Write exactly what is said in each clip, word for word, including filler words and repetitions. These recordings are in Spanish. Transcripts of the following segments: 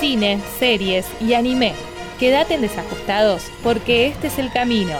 cine, series y anime. Quédate en Desajustados porque este es el camino.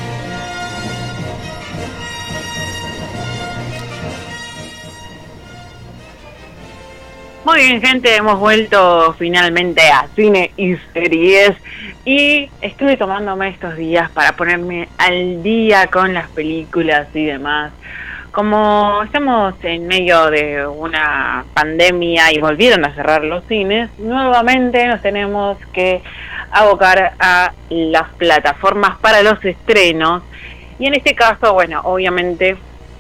Muy bien, gente, hemos vuelto finalmente a cine y series y estuve tomándome estos días para ponerme al día con las películas y demás. Como estamos en medio de una pandemia y volvieron a cerrar los cines, nuevamente nos tenemos que abocar a las plataformas para los estrenos y en este caso, bueno, obviamente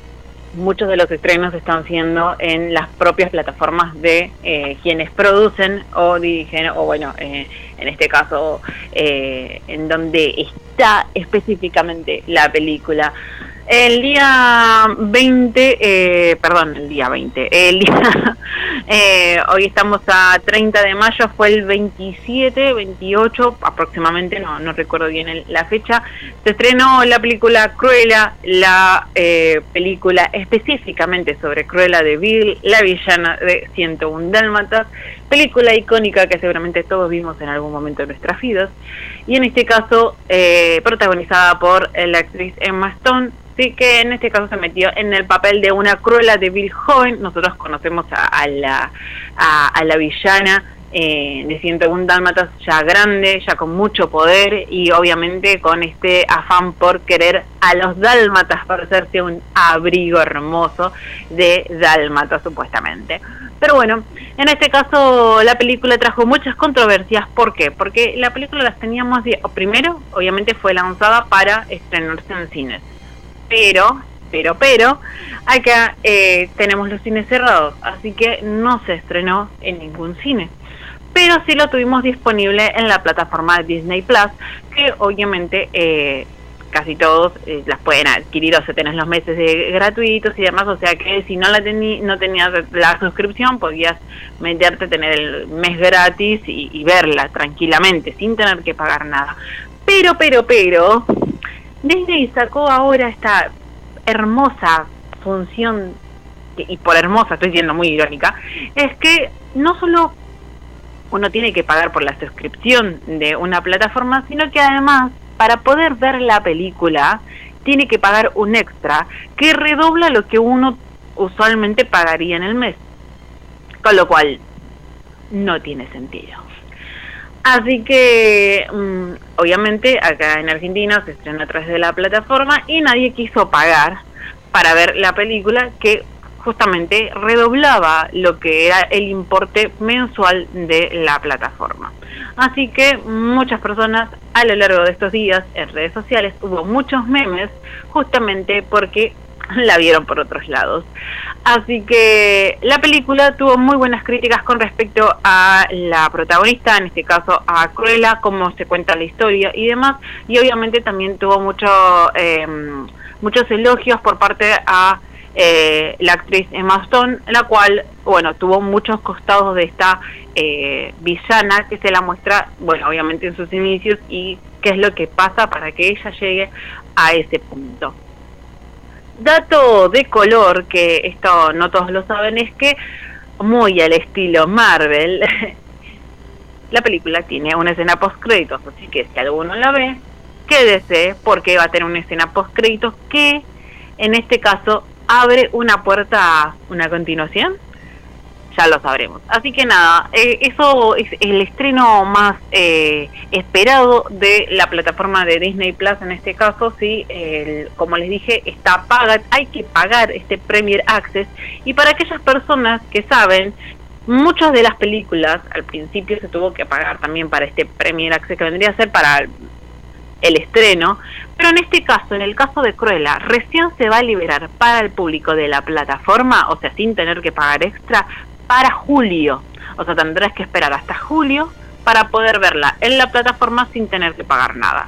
muchos de los estrenos están siendo en las propias plataformas de eh, quienes producen o dirigen, o bueno, eh, en este caso, eh, en donde está específicamente la película. El día veinte, eh, perdón, el día veinte, el día, eh, hoy estamos a treinta de mayo, fue el veintisiete, veintiocho aproximadamente, no no recuerdo bien el, la fecha, se estrenó la película Cruella, la eh, película específicamente sobre Cruella de Vil, la villana de ciento uno Dálmatas, película icónica que seguramente todos vimos en algún momento de nuestras vidas, y en este caso eh, protagonizada por la actriz Emma Stone. Sí, que en este caso se metió en el papel de una Cruella de Vil joven. Nosotros conocemos a, a la a, a la villana eh, de ciento uno Dálmatas ya grande, ya con mucho poder y obviamente con este afán por querer a los dálmatas para hacerse un abrigo hermoso de dálmatas supuestamente. Pero bueno, en este caso la película trajo muchas controversias. ¿Por qué? Porque la película las teníamos, primero, obviamente fue lanzada para estrenarse en cines. Pero, pero, pero, acá eh, tenemos los cines cerrados, así que no se estrenó en ningún cine. Pero sí lo tuvimos disponible en la plataforma de Disney Plus, que obviamente eh, casi todos eh, las pueden adquirir, o sea, tenés los meses de gratuitos y demás, o sea que si no la tení, no tenías la suscripción, podías meterte, tener el mes gratis y, y verla tranquilamente, sin tener que pagar nada. Pero, pero, pero... Disney sacó ahora esta hermosa función, y por hermosa estoy siendo muy irónica, es que no solo uno tiene que pagar por la suscripción de una plataforma, sino que además para poder ver la película tiene que pagar un extra que redobla lo que uno usualmente pagaría en el mes, con lo cual no tiene sentido. Así que, um, obviamente, acá en Argentina se estrenó a través de la plataforma y nadie quiso pagar para ver la película que justamente redoblaba lo que era el importe mensual de la plataforma. Así que muchas personas a lo largo de estos días en redes sociales hubo muchos memes justamente porque la vieron por otros lados. Así que la película tuvo muy buenas críticas con respecto a la protagonista, en este caso a Cruella, cómo se cuenta la historia y demás, y obviamente también tuvo mucho, eh, muchos elogios por parte a eh, la actriz Emma Stone, la cual, bueno, tuvo muchos costados de esta eh, villana que se la muestra, bueno, obviamente en sus inicios y qué es lo que pasa para que ella llegue a ese punto. Dato de color, que esto no todos lo saben, es que muy al estilo Marvel, la película tiene una escena post-créditos, así que si alguno la ve, quédese porque va a tener una escena post-créditos que en este caso abre una puerta a una continuación. Ya lo sabremos. Así que nada, eh, eso es el estreno más eh, esperado de la plataforma de Disney Plus en este caso. Sí, el, como les dije, está paga, hay que pagar este Premier Access. Y para aquellas personas que saben, muchas de las películas al principio se tuvo que pagar también para este Premier Access, que vendría a ser para el, el estreno. Pero en este caso, en el caso de Cruella, recién se va a liberar para el público de la plataforma, o sea, sin tener que pagar extra, para julio. O sea, tendrás que esperar hasta julio para poder verla en la plataforma sin tener que pagar nada.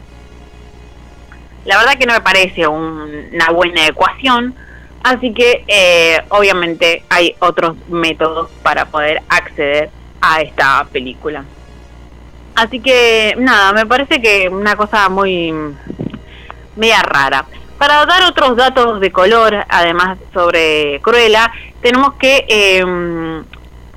La verdad que no me parece un, una buena ecuación, así que eh, obviamente hay otros métodos para poder acceder a esta película. Así que nada, me parece que una cosa muy media rara. Para dar otros datos de color, además sobre Cruella, tenemos que eh,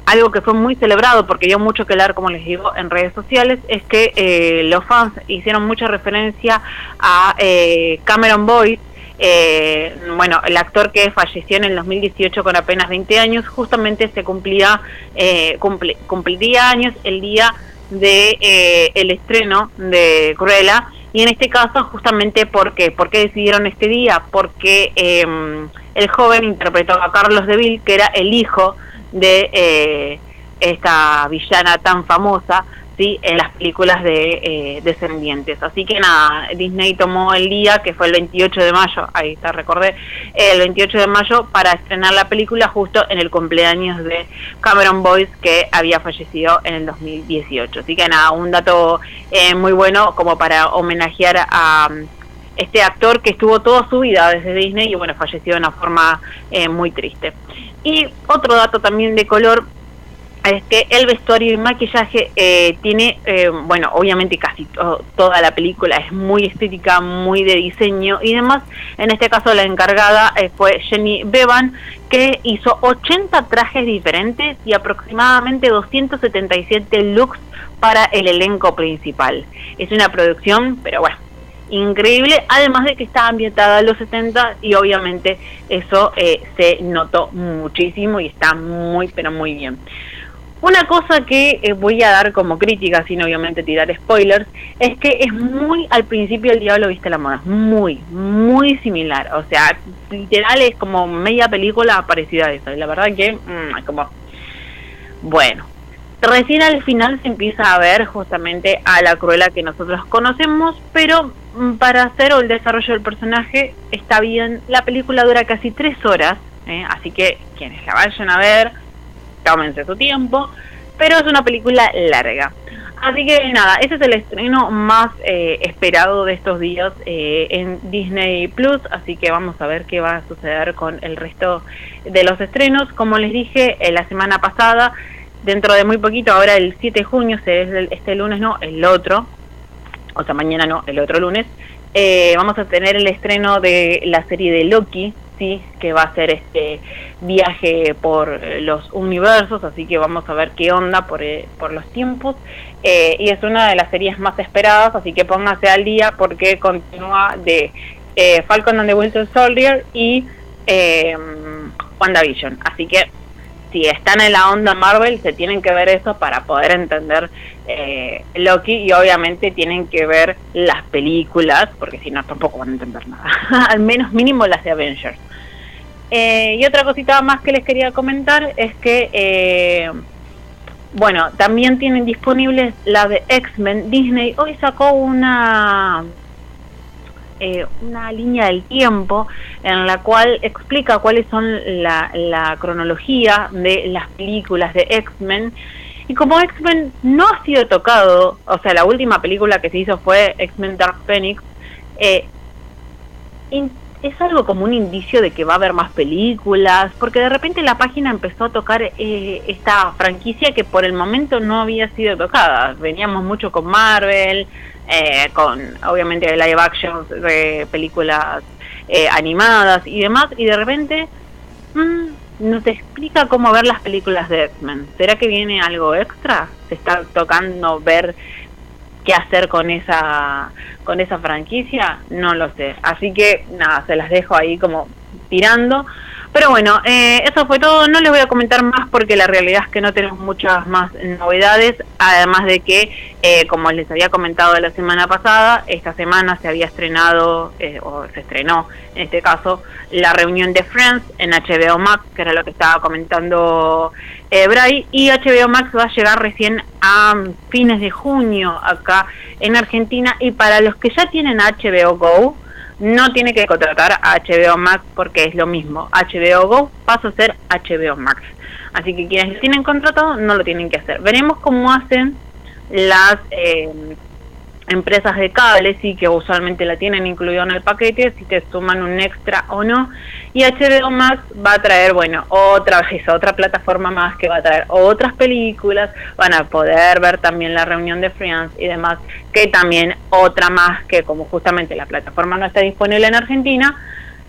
algo que fue muy celebrado porque dio mucho que hablar, como les digo, en redes sociales, es que eh, los fans hicieron mucha referencia a eh, Cameron Boyce, eh, bueno, el actor que falleció en el dos mil dieciocho con apenas veinte años. Justamente se cumplía, eh, cumple, cumpliría años el día de eh, el estreno de Cruella, y en este caso justamente porque ¿por qué decidieron este día? Porque eh, el joven interpretó a Carlos DeVille, que era el hijo de eh, esta villana tan famosa, sí, en las películas de eh, Descendientes. Así que nada, Disney tomó el día, que fue el veintiocho de mayo, ahí está, recordé, el veintiocho de mayo, para estrenar la película justo en el cumpleaños de Cameron Boyce, que había fallecido en el dos mil dieciocho. Así que nada, un dato eh, muy bueno como para homenajear a, a este actor que estuvo toda su vida desde Disney y bueno, falleció de una forma eh, muy triste. Y otro dato también de color es que el vestuario y maquillaje eh, tiene, eh, bueno, obviamente casi to toda la película es muy estética, muy de diseño y demás. En este caso la encargada eh, fue Jenny Bevan, que hizo ochenta trajes diferentes y aproximadamente doscientos setenta y siete looks para el elenco principal. Es una producción, pero bueno, increíble, además de que está ambientada en los setenta y obviamente eso eh, se notó muchísimo y está muy, pero muy bien. Una cosa que eh, voy a dar como crítica, sin obviamente tirar spoilers, es que es muy al principio El Diablo Viste la Moda, muy, muy similar, o sea, literal es como media película parecida a eso, y la verdad que, mmm, como, bueno, recién al final se empieza a ver justamente a la Cruella que nosotros conocemos, pero mmm, para hacer el desarrollo del personaje está bien. La película dura casi tres horas, ¿eh? Así que quienes la vayan a ver, tómense su tiempo, pero es una película larga. Así que nada, ese es el estreno más eh, esperado de estos días eh, en Disney Plus, así que vamos a ver qué va a suceder con el resto de los estrenos. Como les dije eh, la semana pasada, dentro de muy poquito, ahora el siete de junio, este lunes no, el otro, o sea mañana no, el otro lunes, eh, vamos a tener el estreno de la serie de Loki, sí, que va a ser este viaje por los universos, así que vamos a ver qué onda por, eh, por los tiempos, eh, y es una de las series más esperadas, así que póngase al día porque continúa de eh, Falcon and the Winter Soldier y eh, WandaVision, así que si están en la onda Marvel se tienen que ver eso para poder entender eh, Loki, y obviamente tienen que ver las películas porque si no tampoco van a entender nada al menos mínimo las de Avengers. Eh, y otra cosita más que les quería comentar es que eh, bueno, también tienen disponibles la de X-Men. Disney hoy sacó una Eh, una línea del tiempo en la cual explica cuáles son la, la cronología de las películas de X-Men, y como X-Men no ha sido tocado, o sea, la última película que se hizo fue X-Men Dark Phoenix, eh, es algo como un indicio de que va a haber más películas, porque de repente la página empezó a tocar eh, esta franquicia que por el momento no había sido tocada. Veníamos mucho con Marvel, eh, con obviamente live action de películas eh, animadas y demás, y de repente mmm, no te explica cómo ver las películas de X-Men. ¿Será que viene algo extra? ¿Se está tocando ver qué hacer con esa con esa franquicia? No lo sé, así que nada, se las dejo ahí como tirando. Pero bueno, eh, eso fue todo. No les voy a comentar más porque la realidad es que no tenemos muchas más novedades, además de que, eh, como les había comentado la semana pasada, esta semana se había estrenado, eh, o se estrenó en este caso, la reunión de Friends en H B O Max, que era lo que estaba comentando eh, Bray, y H B O Max va a llegar recién a fines de junio acá en Argentina, y para los que ya tienen H B O Go, no tiene que contratar a H B O Max porque es lo mismo. H B O Go pasa a ser H B O Max. Así que quienes lo tienen contratado no lo tienen que hacer. Veremos cómo hacen las eh, empresas de cable, sí, que usualmente la tienen incluido en el paquete, si te suman un extra o no. Y H B O Max va a traer, bueno, otra vez, otra plataforma más que va a traer otras películas, van a poder ver también la reunión de Friends y demás, que también otra más que como justamente la plataforma no está disponible en Argentina,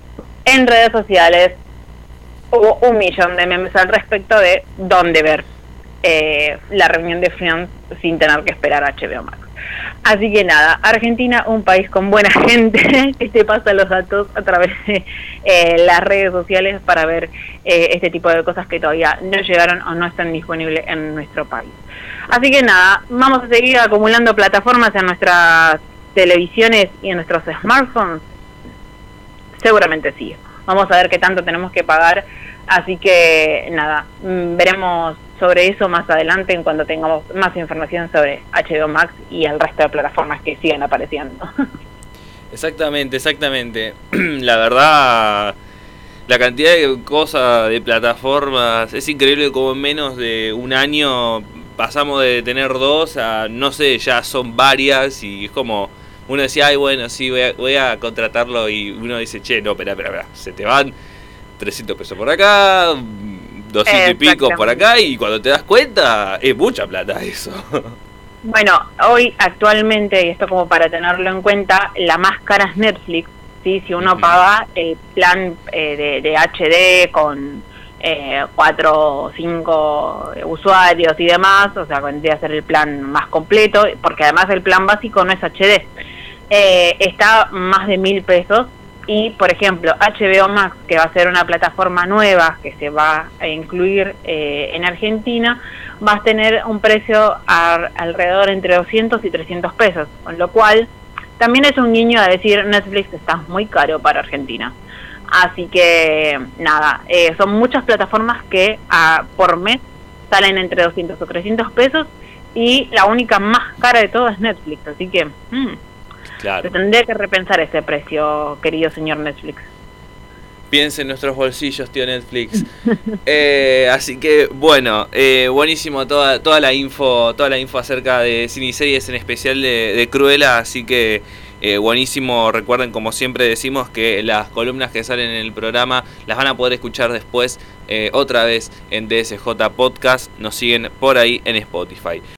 en redes sociales hubo un millón de memes al respecto de dónde ver eh, la reunión de Friends sin tener que esperar a H B O Max. Así que nada, Argentina, un país con buena gente que te pasa los datos a través de eh, las redes sociales para ver eh, este tipo de cosas que todavía no llegaron o no están disponibles en nuestro país. Así que nada, vamos a seguir acumulando plataformas en nuestras televisiones y en nuestros smartphones. Seguramente sí. Vamos a ver qué tanto tenemos que pagar. Así que nada, veremos sobre eso más adelante en cuando tengamos más información sobre H B O Max y el resto de plataformas que siguen apareciendo. Exactamente, exactamente. La verdad, la cantidad de cosas, de plataformas, es increíble como en menos de un año pasamos de tener dos a, no sé, ya son varias y es como, uno decía, ay bueno, sí, voy a, voy a contratarlo y uno dice, che, no, espera, espera, espera, se te van trescientos pesos por acá, doscientos y pico por acá, y cuando te das cuenta, es mucha plata eso. Bueno, hoy actualmente, y esto como para tenerlo en cuenta, la más cara es Netflix, ¿sí? Si uno uh-huh. paga el plan eh, de, de H D con eh, cuatro o cinco usuarios y demás, o sea, vendría a ser el plan más completo, porque además el plan básico no es H D, eh, está más de mil pesos. Y, por ejemplo, H B O Max, que va a ser una plataforma nueva que se va a incluir eh, en Argentina, va a tener un precio a, alrededor entre doscientos y trescientos pesos, con lo cual también es un guiño a decir Netflix está muy caro para Argentina. Así que, nada, eh, son muchas plataformas que a, por mes salen entre doscientos o trescientos pesos y la única más cara de todas es Netflix, así que... Mmm, Claro. Se tendría que repensar ese precio, querido señor Netflix. Piensa en nuestros bolsillos, tío Netflix. eh, así que, bueno, eh, buenísimo toda toda la info toda la info acerca de cine y series, en especial de, de Cruella. Así que, eh, buenísimo. Recuerden, como siempre decimos, que las columnas que salen en el programa las van a poder escuchar después eh, otra vez en D S J Podcast. Nos siguen por ahí en Spotify.